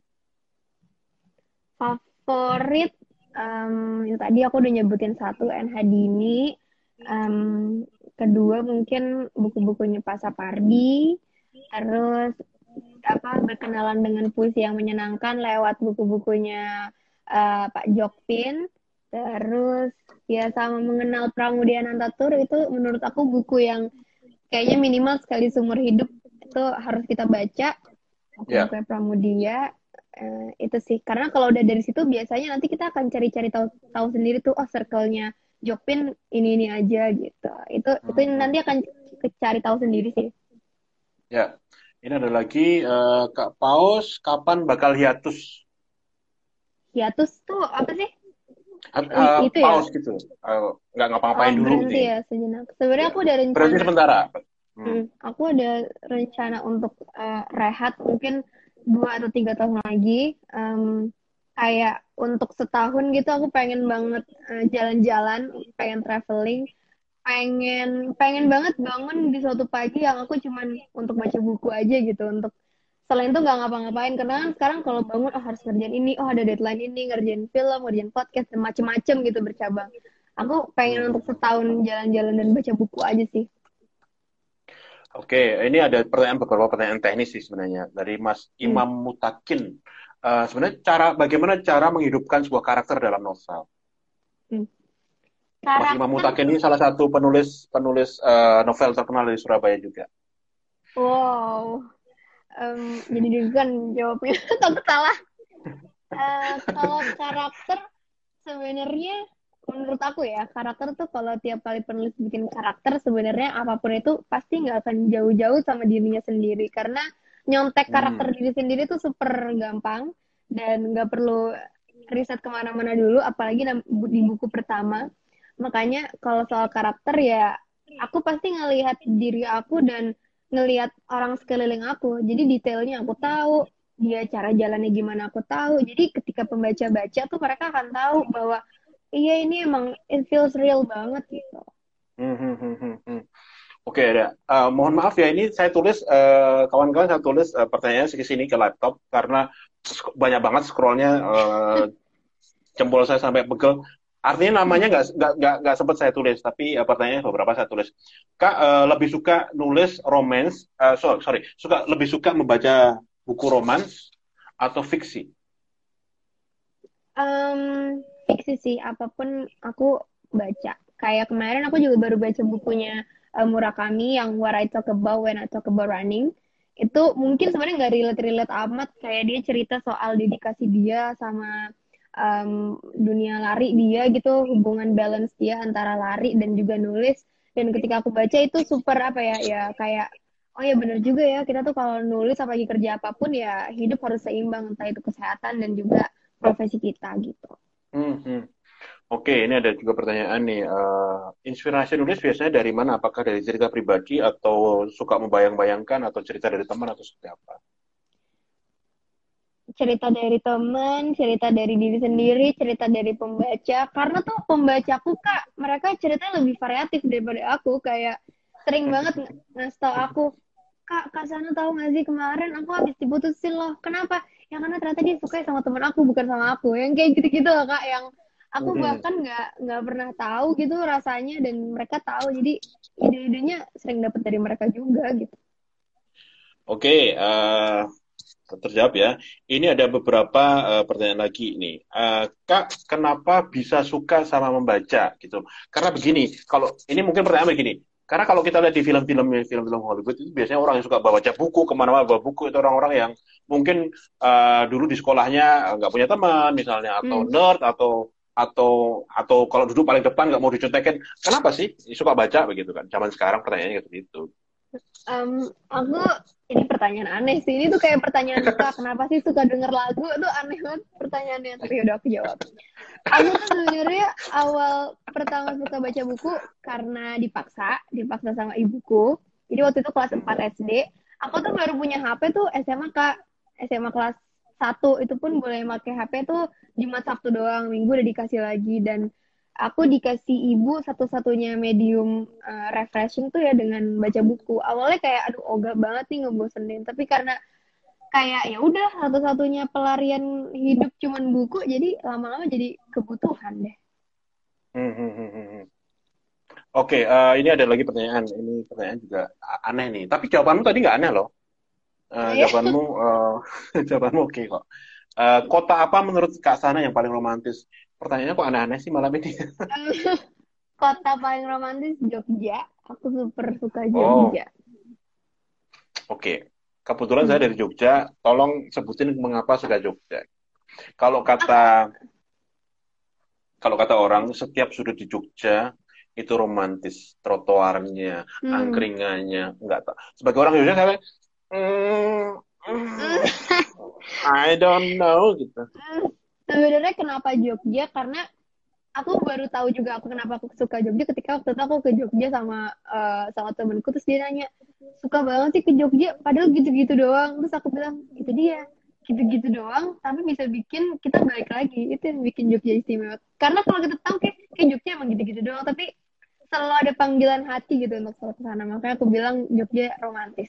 Favorit yang tadi aku udah nyebutin satu, N. Hadini. Kedua mungkin buku-bukunya Pak Sapardi. Terus berkenalan dengan puisi yang menyenangkan lewat buku-bukunya Pak Jokpin. Terus ya sama mengenal Pramudia Nantatur, itu menurut aku buku yang kayaknya minimal sekali seumur hidup itu harus kita baca. Ya. Buku Pramudia. Itu sih, karena kalau udah dari situ biasanya nanti kita akan cari-cari tahu sendiri tuh, oh circle-nya Jokpin ini aja gitu. Itu nanti akan cari tahu sendiri sih. Ya. Ini ada lagi Kak Paus, kapan bakal hiatus? Hiatus tuh apa sih? Itu Paus ya? gitu. Nggak ngapa-ngapain dulu Berhenti nih. ya sejenak. Sebenarnya aku ada Berhenti rencana. sementara. Aku ada rencana untuk rehat mungkin 2 atau 3 tahun lagi. Kayak untuk setahun gitu aku pengen banget jalan-jalan, pengen traveling, pengen banget bangun di suatu pagi yang aku cuman untuk baca buku aja gitu. Untuk selain itu nggak ngapa-ngapain, karena kan sekarang kalau bangun harus ngerjain ini, ada deadline ini, ngerjain film, ngerjain podcast dan macem-macem gitu bercabang. Aku pengen untuk setahun jalan-jalan dan baca buku aja sih. Oke, ini ada beberapa pertanyaan teknis sih sebenarnya dari Mas Imam Mutakin. Sebenarnya bagaimana cara menghidupkan sebuah karakter dalam novel? Mas Imam Mutakin ini salah satu penulis novel terkenal di Surabaya juga. Wow, jadi deg-degan jawabnya, takut salah. Kalau karakter sebenarnya menurut aku ya, karakter tuh kalau tiap kali penulis bikin karakter sebenarnya apapun itu pasti nggak akan jauh-jauh sama dirinya sendiri, karena nyontek karakter diri sendiri tuh super gampang dan nggak perlu riset kemana-mana dulu, apalagi di buku pertama. Makanya kalau soal karakter ya aku pasti ngelihat diri aku dan ngelihat orang sekeliling aku, jadi detailnya aku tahu, dia cara jalannya gimana aku tahu, jadi ketika pembaca baca tuh mereka akan tahu bahwa iya ini emang it feels real banget gitu. Oke, ada. Mohon maaf ya, ini saya tulis kawan-kawan saya tulis pertanyaan sini ke laptop karena banyak banget scrollnya, jempol saya sampai pegel. Artinya namanya nggak sempat saya tulis, tapi pertanyaannya beberapa saya tulis. Kak, lebih suka nulis romance, lebih suka membaca buku romans atau fiksi? Fiksi sih, apapun aku baca. Kayak kemarin aku juga baru baca bukunya Murakami yang What I Talk About When I Talk About Running. Itu mungkin sebenarnya nggak relate amat, kayak dia cerita soal dedikasi dia sama dunia lari dia gitu, hubungan balance dia antara lari dan juga nulis. Dan ketika aku baca itu super apa ya kayak oh ya bener juga ya, kita tuh kalau nulis apalagi kerja apapun ya hidup harus seimbang, entah itu kesehatan dan juga profesi kita gitu. Oke, ini ada juga pertanyaan nih. Inspirasi nulis biasanya dari mana? Apakah dari cerita pribadi atau suka membayang-bayangkan atau cerita dari teman atau seperti apa? Cerita dari teman, cerita dari diri sendiri, cerita dari pembaca. Karena tuh pembacaku Kak, mereka ceritanya lebih variatif daripada aku. Kayak sering banget ngasih tau aku, Kak Sana tahu nggak sih kemarin aku habis diputusin loh. Kenapa? Ya karena ternyata dia suka sama teman aku bukan sama aku. Yang kayak gitu-gitu loh Kak, yang aku bahkan nggak pernah tahu gitu rasanya, dan mereka tahu. Jadi ide-idenya sering dapet dari mereka juga gitu. Oke, terjawab ya. Ini ada beberapa pertanyaan lagi nih. Kak, kenapa bisa suka sama membaca gitu? Karena begini, kalau ini mungkin pertanyaan begini. Karena kalau kita lihat di film-film Hollywood itu biasanya orang yang suka baca buku kemana-mana bawa buku itu orang-orang yang mungkin dulu di sekolahnya nggak punya teman misalnya, atau nerd atau kalau duduk paling depan nggak mau dicontekin. Kenapa sih suka baca begitu kan? Zaman sekarang pertanyaannya gitu. Aku ini pertanyaan aneh sih. Ini tuh kayak pertanyaan Kak, kenapa sih suka denger lagu? Itu aneh banget pertanyaannya. Tapi udah aku jawab. Aku tuh sebenarnya awal pertama suka baca buku karena dipaksa sama ibuku. Jadi waktu itu kelas 4 SD. Aku tuh baru punya HP tuh SMA Kak. SMA kelas 1 itu pun boleh pakai HP tuh Jumat Sabtu doang. Minggu udah dikasih lagi, dan aku dikasih ibu satu-satunya medium refreshing tuh ya dengan baca buku. Awalnya kayak aduh ogah banget nih, ngebosenin, tapi karena kayak ya udah satu-satunya pelarian hidup cuman buku, jadi lama-lama jadi kebutuhan deh. Oke, ini ada lagi pertanyaan. Ini pertanyaan juga aneh nih. Tapi jawabanmu tadi nggak aneh loh. Jawabanmu oke kok. Kota apa menurut Kak Sana yang paling romantis? Pertanyaannya kok aneh-aneh sih malam ini. Kota paling romantis Jogja. Aku super suka Oh, Jogja. oke. Kebetulan Hmm. saya dari Jogja. Tolong sebutin mengapa suka Jogja. Kalau Ak- kata kalau kata orang, setiap sudut di Jogja itu romantis. Trotoarnya, hmm. angkringannya, enggak tahu. Sebagai orang Jogja, saya mm, mm, I don't know gitu. Sebenarnya kenapa Jogja? Karena aku baru tahu juga aku kenapa aku suka Jogja ketika waktu itu aku ke Jogja sama temenku terus dia nanya suka banget sih ke Jogja padahal gitu-gitu doang terus aku bilang itu dia gitu-gitu doang tapi bisa bikin kita balik lagi itu yang bikin Jogja istimewa karena kalau kita tahu kayak Jogja emang gitu-gitu doang tapi selalu ada panggilan hati gitu untuk selalu ke sana makanya aku bilang Jogja romantis.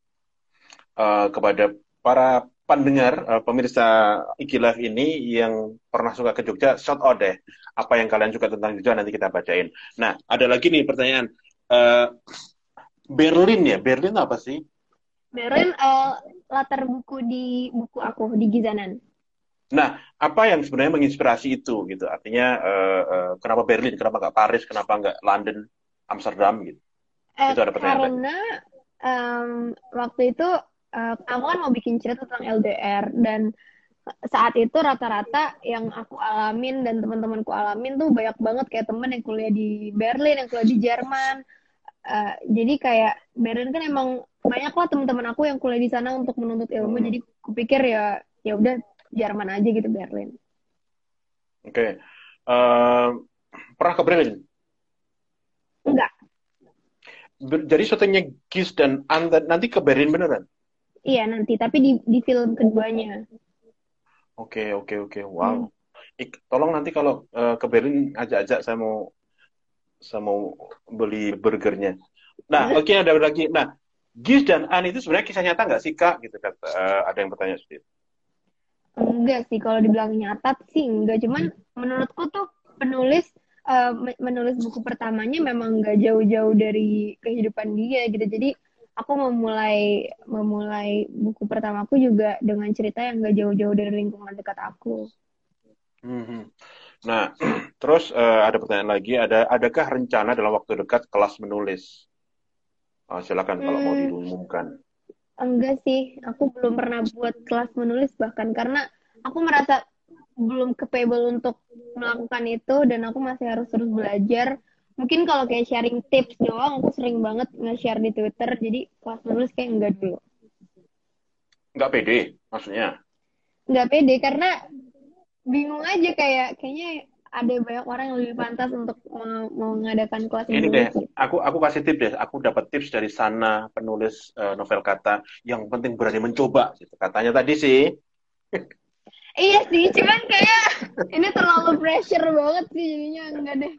Kepada para pendengar, pemirsa IG Live ini yang pernah suka ke Jogja, shout out deh. Apa yang kalian suka tentang Jogja nanti kita bacain. Nah, ada lagi nih pertanyaan. Eh, Berlin ya, Berlin apa sih? Beren latar buku di buku aku di Gizanan. Nah, apa yang sebenarnya menginspirasi itu gitu? Artinya, kenapa Berlin, kenapa nggak Paris, kenapa nggak London, Amsterdam gitu? Itu ada pertanyaan tadi. Karena waktu itu aku kan mau bikin cerita tentang LDR dan saat itu rata-rata yang aku alamin dan teman-temanku alamin tuh banyak banget kayak temen yang kuliah di Berlin, yang kuliah di Jerman. Jadi kayak Berlin kan emang banyak lah teman-teman aku yang kuliah di sana untuk menuntut ilmu. Hmm, Jadi kupikir ya ya udah Jerman aja gitu Berlin. oke. Eh, Pernah ke Berlin? Enggak, Jadi syutingnya Gis dan Anten nanti ke Berlin beneran? iya nanti tapi di film keduanya. Oke, oke, oke. Wow. Hmm. Tolong nanti kalau ke Berlin ajak-ajak saya mau beli burgernya. Nah, oke ada lagi. Nah, Gis dan An itu sebenarnya kisah nyata nggak sih Kak? Gitu kata ada yang bertanya seperti itu. Enggak sih, kalau dibilang nyata sih enggak. Cuman menurutku tuh penulis menulis buku pertamanya memang enggak jauh-jauh dari kehidupan dia gitu. Jadi aku memulai memulai buku pertamaku juga dengan cerita yang enggak jauh-jauh dari lingkungan dekat aku. Hmm. Nah, terus ada pertanyaan lagi. Adakah rencana dalam waktu dekat kelas menulis? Silakan kalau mau Hmm, diumumkan. enggak sih, aku belum pernah buat kelas menulis bahkan karena aku merasa belum capable untuk melakukan itu dan aku masih harus terus belajar. Mungkin kalau kayak sharing tips doang, aku sering banget nge-share di Twitter, jadi kelas menulis kayak enggak dulu. Nggak pede, maksudnya. Enggak pede karena bingung aja kayaknya ada banyak orang yang lebih pantas untuk mengadakan kelas Ini deh, menulis gitu. aku kasih tips deh. Aku dapat tips dari sana penulis novel kata. Yang penting berani mencoba. Gitu. Katanya tadi sih. Iya sih, cuman kayak ini terlalu pressure banget sih jadinya enggak deh.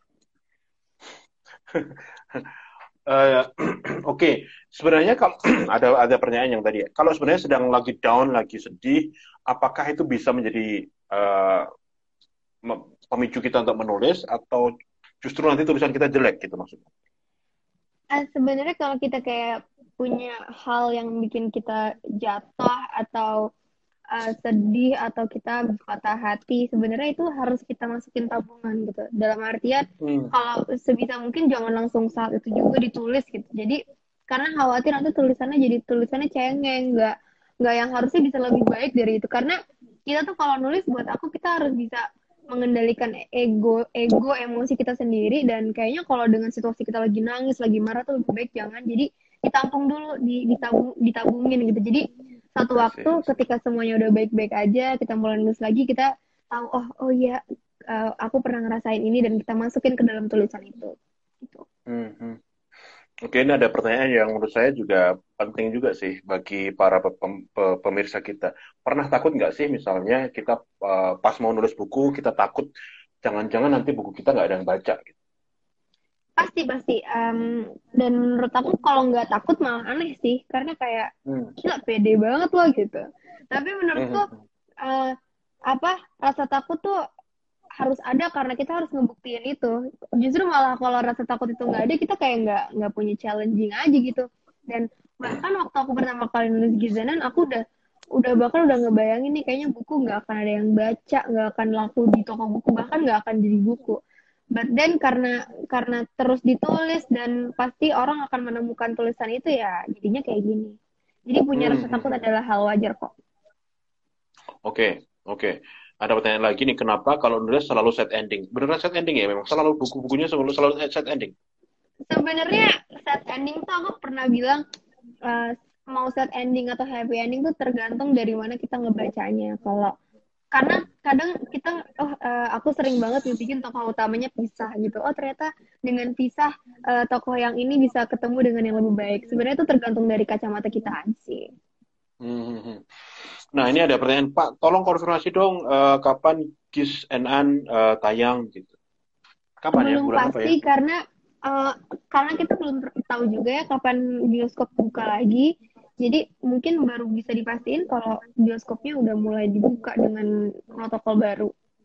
Eh, Oke, sebenarnya kalau ada pertanyaan yang tadi. Kalau sebenarnya sedang lagi down, lagi sedih, apakah itu bisa menjadi pemicu kita untuk menulis atau justru nanti tulisan kita jelek gitu maksudnya? Sebenarnya kalau kita kayak punya hal yang bikin kita jatuh atau sedih atau kita patah hati, sebenarnya itu harus kita masukin tabungan gitu. Dalam artian Hmm. kalau sebisa mungkin jangan langsung saat itu juga ditulis gitu. Jadi karena khawatir nanti tulisannya jadi tulisannya cengeng, nggak yang harusnya bisa lebih baik dari itu. Karena kita tuh kalau nulis buat aku kita harus bisa mengendalikan ego emosi kita sendiri dan kayaknya kalau dengan situasi kita lagi nangis lagi marah tuh lebih baik jangan jadi ditampung dulu ditabungin gitu jadi satu I see, waktu I see. ketika semuanya udah baik-baik aja kita mulai nulis lagi kita tahu oh iya aku pernah ngerasain ini dan kita masukin ke dalam tulisan itu gitu. Hmm, hmm. Oke, ini ada pertanyaan yang menurut saya juga penting juga sih bagi para pemirsa kita. Pernah takut nggak sih misalnya kita pas mau nulis buku, kita takut jangan-jangan nanti buku kita nggak ada yang baca gitu. Pasti pasti dan menurut aku kalau nggak takut malah aneh sih karena kayak Hmm. gila pede banget loh gitu tapi Hmm, menurutku hmm, hmm. uh, apa rasa takut tuh harus ada karena kita harus ngebuktiin itu justru malah kalau rasa takut itu nggak ada kita kayak nggak punya challenging aja gitu dan bahkan waktu aku pertama kali nulis Gizanan aku udah bahkan udah ngebayangin nih kayaknya buku nggak akan ada yang baca nggak akan laku di toko buku bahkan nggak akan jadi buku But then karena terus ditulis dan pasti orang akan menemukan tulisan itu ya jadinya kayak gini. Jadi punya rasa takut adalah hal wajar kok. Oke, oke. Ada pertanyaan lagi nih, kenapa kalau nulis selalu set ending? Beneran set ending ya? Memang selalu buku-bukunya selalu set ending. Sebenarnya set ending tuh aku pernah bilang mau set ending atau happy ending tuh tergantung dari mana kita ngebacanya. Karena kadang kita aku sering banget bikin tokoh utamanya pisah gitu. Oh ternyata dengan pisah tokoh yang ini bisa ketemu dengan yang lebih baik. Sebenarnya itu tergantung dari kacamata kita aja sih. Nah, ini ada pertanyaan, Pak, tolong konfirmasi dong kapan Kiss and An tayang gitu. Kapan belum ya? Bulan pasti apa ya? karena kita belum tahu juga ya kapan bioskop buka lagi. Jadi mungkin baru bisa dipastiin kalau bioskopnya udah mulai dibuka dengan protokol baru.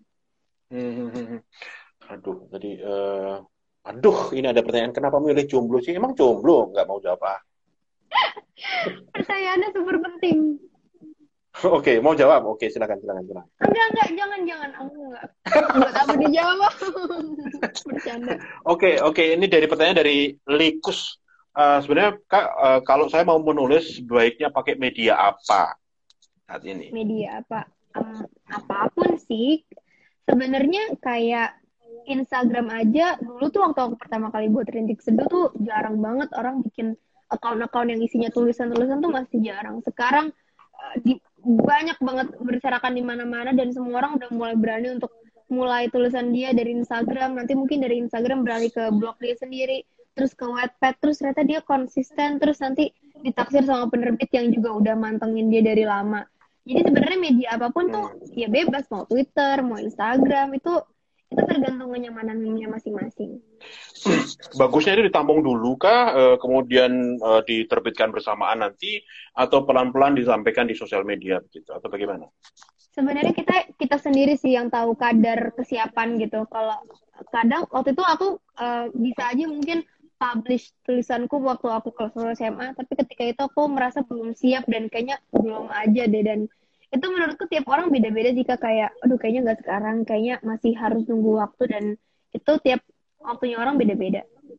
Aduh, tadi ini ada pertanyaan, kenapa milih jomblo sih? Emang jomblo? Nggak mau jawab ah. Pertanyaannya super penting. Oke, mau jawab? Oke, silakan. Enggak, jangan. Aku enggak takut dijawab. Bercanda. Oke, ini dari pertanyaan dari Likus. Sebenarnya Kak, kalau saya mau menulis, sebaiknya pakai media apa saat ini? Media apa? Apapun sih. Sebenarnya kayak Instagram aja, dulu tuh waktu aku pertama kali buat Rintik Seduh tuh jarang banget orang bikin akun-akun yang isinya tulisan-tulisan tuh masih jarang. Sekarang banyak banget berserakan di mana-mana dan semua orang udah mulai berani untuk mulai tulisan dia dari Instagram, nanti mungkin dari Instagram beralih ke blog dia sendiri, terus ke Wattpad, terus ternyata dia konsisten, terus nanti ditaksir sama penerbit yang juga udah mantengin dia dari lama. Jadi sebenarnya media apapun tuh ya bebas, mau Twitter, mau Instagram, itu tergantung kenyamanannya masing-masing. Bagusnya itu ditampung dulu kah, kemudian diterbitkan bersamaan nanti, atau pelan-pelan disampaikan di sosial media begitu, atau bagaimana? Sebenarnya kita sendiri sih yang tahu kadar kesiapan gitu. Kalau kadang waktu itu aku bisa aja mungkin publish tulisanku waktu aku kelas SMA, tapi ketika itu aku merasa belum siap dan kayaknya belum aja deh. Dan itu menurutku tiap orang beda-beda jika kayak, aduh kayaknya nggak sekarang, kayaknya masih harus nunggu waktu, dan itu tiap waktunya orang beda-beda.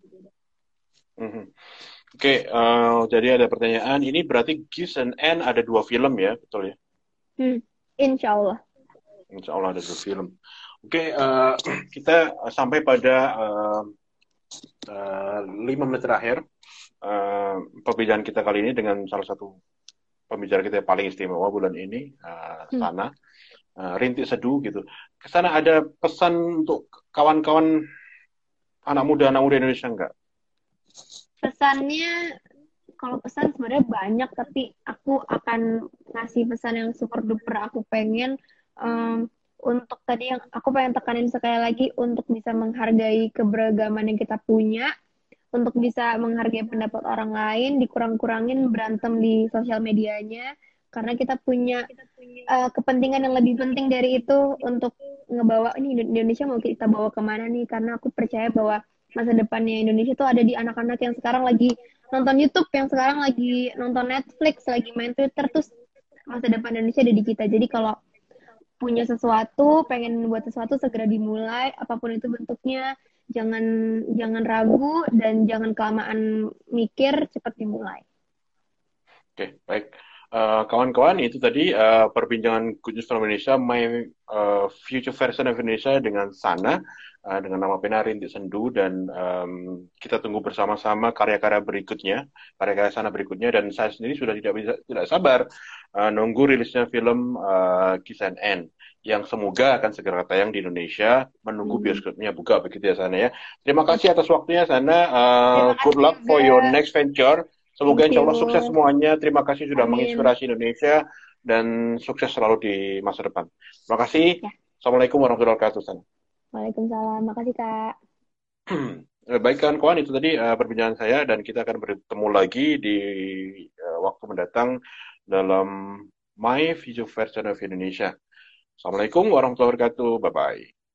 Oke, jadi ada pertanyaan, ini berarti Kiss and Anne ada 2 film ya, betul ya? Insya Allah. Insya Allah ada 2 film. Oke, kita sampai pada 5 menit terakhir pembicaraan kita kali ini dengan salah satu pembicara kita yang paling istimewa bulan ini, Sana, Rintik Seduh gitu. Kesana ada pesan untuk kawan-kawan anak muda Indonesia nggak? Pesannya, kalau pesan sebenarnya banyak, tapi aku akan ngasih pesan yang super duper aku pengen untuk tadi yang aku pengen tekanin sekali lagi, untuk bisa menghargai keberagaman yang kita punya, untuk bisa menghargai pendapat orang lain, dikurang-kurangin berantem di sosial medianya, karena kita punya kepentingan yang lebih penting dari itu, untuk ngebawa ini Indonesia mau kita bawa kemana nih, karena aku percaya bahwa masa depannya Indonesia tuh ada di anak-anak yang sekarang lagi nonton YouTube, yang sekarang lagi nonton Netflix, lagi main Twitter, terus masa depan Indonesia ada di kita. Jadi kalau punya sesuatu, pengen buat sesuatu, segera dimulai, apapun itu bentuknya, jangan ragu dan jangan kelamaan mikir, cepat dimulai. Oke, baik. Kawan-kawan, itu tadi perbincangan Good News from Indonesia, My Future Version of Indonesia dengan Sana, dengan nama pena Rintik Sendu, dan kita tunggu bersama-sama karya-karya berikutnya, karya-karya Sana berikutnya, dan saya sendiri sudah tidak sabar nunggu rilisnya film Kiss and Anne, yang semoga akan segera tayang di Indonesia, menunggu bioskopnya buka begitu ya Sana ya. Terima kasih atas waktunya Sana, good luck for your next venture. Semoga insya Allah sukses semuanya. Terima kasih sudah menginspirasi Indonesia, dan sukses selalu di masa depan. Terima kasih. Ya. Assalamualaikum warahmatullahi wabarakatuh. Waalaikumsalam. Makasih Kak. Baik kawan-kawan, itu tadi perbincangan saya, dan kita akan bertemu lagi di waktu mendatang dalam My Future Version of Indonesia. Assalamualaikum warahmatullahi wabarakatuh. Bye-bye.